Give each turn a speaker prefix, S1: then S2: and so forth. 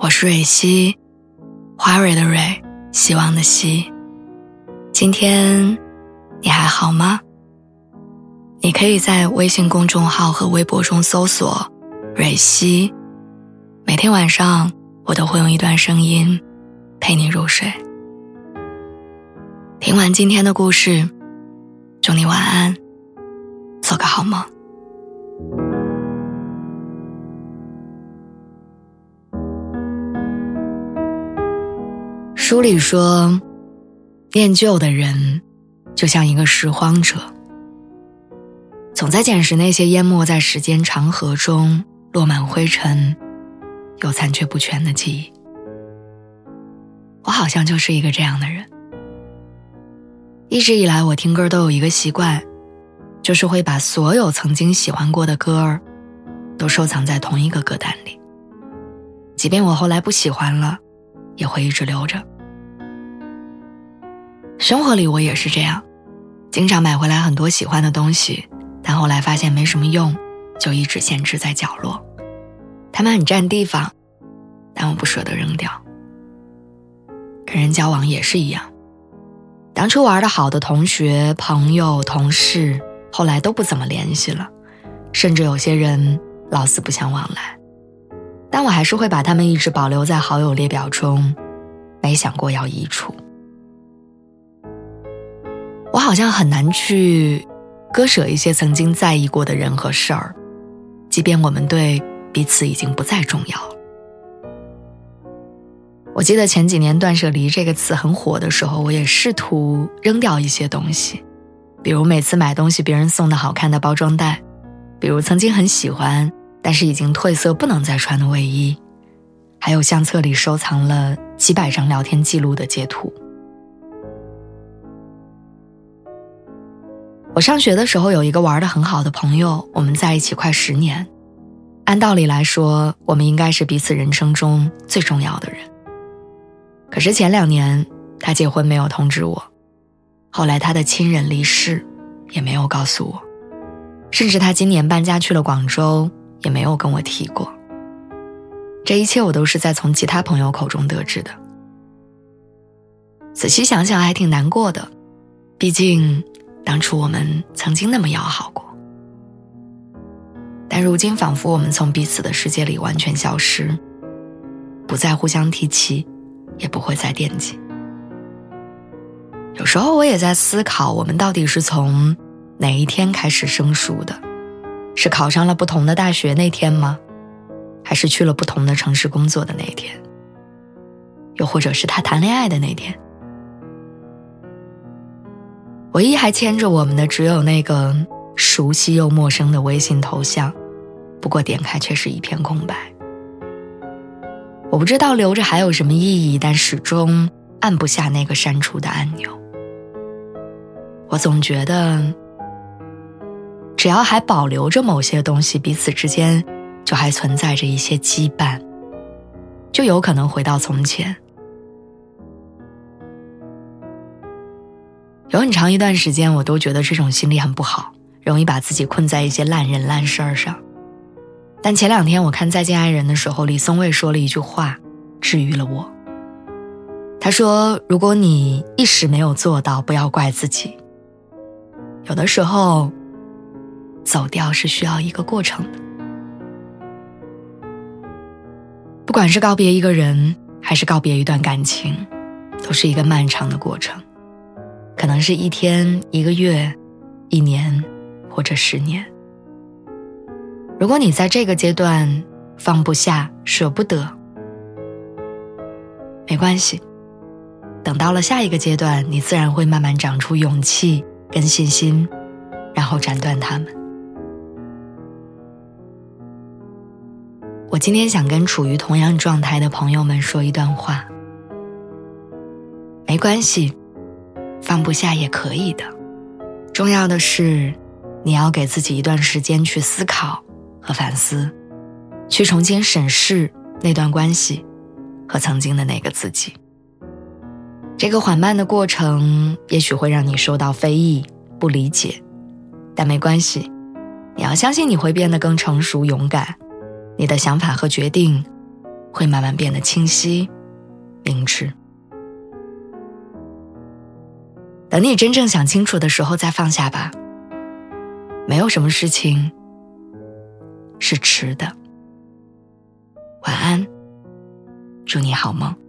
S1: 我是蕊希，花蕊的蕊，希望的希。今天你还好吗？你可以在微信公众号和微博中搜索蕊希，每天晚上我都会用一段声音陪你入睡。听完今天的故事，祝你晚安，做个好梦。书里说，念旧的人就像一个拾荒者，总在捡拾那些淹没在时间长河中落满灰尘又残缺不全的记忆。我好像就是一个这样的人。一直以来我听歌都有一个习惯，就是会把所有曾经喜欢过的歌儿都收藏在同一个歌单里，即便我后来不喜欢了，也会一直留着。生活里我也是这样，经常买回来很多喜欢的东西，但后来发现没什么用，就一直闲置在角落。它们很占地方，但我不舍得扔掉。跟人交往也是一样，当初玩得好的同学、朋友、同事，后来都不怎么联系了，甚至有些人老死不相往来。但我还是会把他们一直保留在好友列表中，没想过要移除。我好像很难去割舍一些曾经在意过的人和事儿，即便我们对彼此已经不再重要了。我记得前几年断舍离这个词很火的时候，我也试图扔掉一些东西，比如每次买东西别人送的好看的包装袋，比如曾经很喜欢但是已经褪色不能再穿的卫衣，还有相册里收藏了几百张聊天记录的截图。我上学的时候有一个玩得很好的朋友，我们在一起快10年。按道理来说，我们应该是彼此人生中最重要的人。可是前2年他结婚没有通知我，后来他的亲人离世也没有告诉我，甚至他今年搬家去了广州也没有跟我提过。这一切我都是在从其他朋友口中得知的。仔细想想还挺难过的，毕竟当初我们曾经那么要好过。但如今仿佛我们从彼此的世界里完全消失，不再互相提起，也不会再惦记。有时候我也在思考，我们到底是从哪一天开始生疏的？是考上了不同的大学那天吗？还是去了不同的城市工作的那一天？又或者是他谈恋爱的那天？唯一还牵着我们的只有那个熟悉又陌生的微信头像，不过点开却是一片空白。我不知道留着还有什么意义，但始终按不下那个删除的按钮。我总觉得只要还保留着某些东西，彼此之间就还存在着一些羁绊，就有可能回到从前。有很长一段时间我都觉得这种心理很不好，容易把自己困在一些烂人烂事儿上。但前2天我看《再见爱人》的时候，李松蔚说了一句话，治愈了我。他说，如果你一时没有做到，不要怪自己。有的时候走掉是需要一个过程的。不管是告别一个人，还是告别一段感情，都是一个漫长的过程，可能是1天、1个月、1年，或者10年。如果你在这个阶段放不下、舍不得，没关系，等到了下一个阶段，你自然会慢慢长出勇气跟信心，然后斩断它们。我今天想跟处于同样状态的朋友们说一段话，没关系，放不下也可以的，重要的是你要给自己一段时间去思考和反思，去重新审视那段关系和曾经的那个自己。这个缓慢的过程也许会让你受到非议、不理解，但没关系，你要相信你会变得更成熟勇敢，你的想法和决定会慢慢变得清晰明智。等你真正想清楚的时候再放下吧，没有什么事情是迟的。晚安，祝你好梦。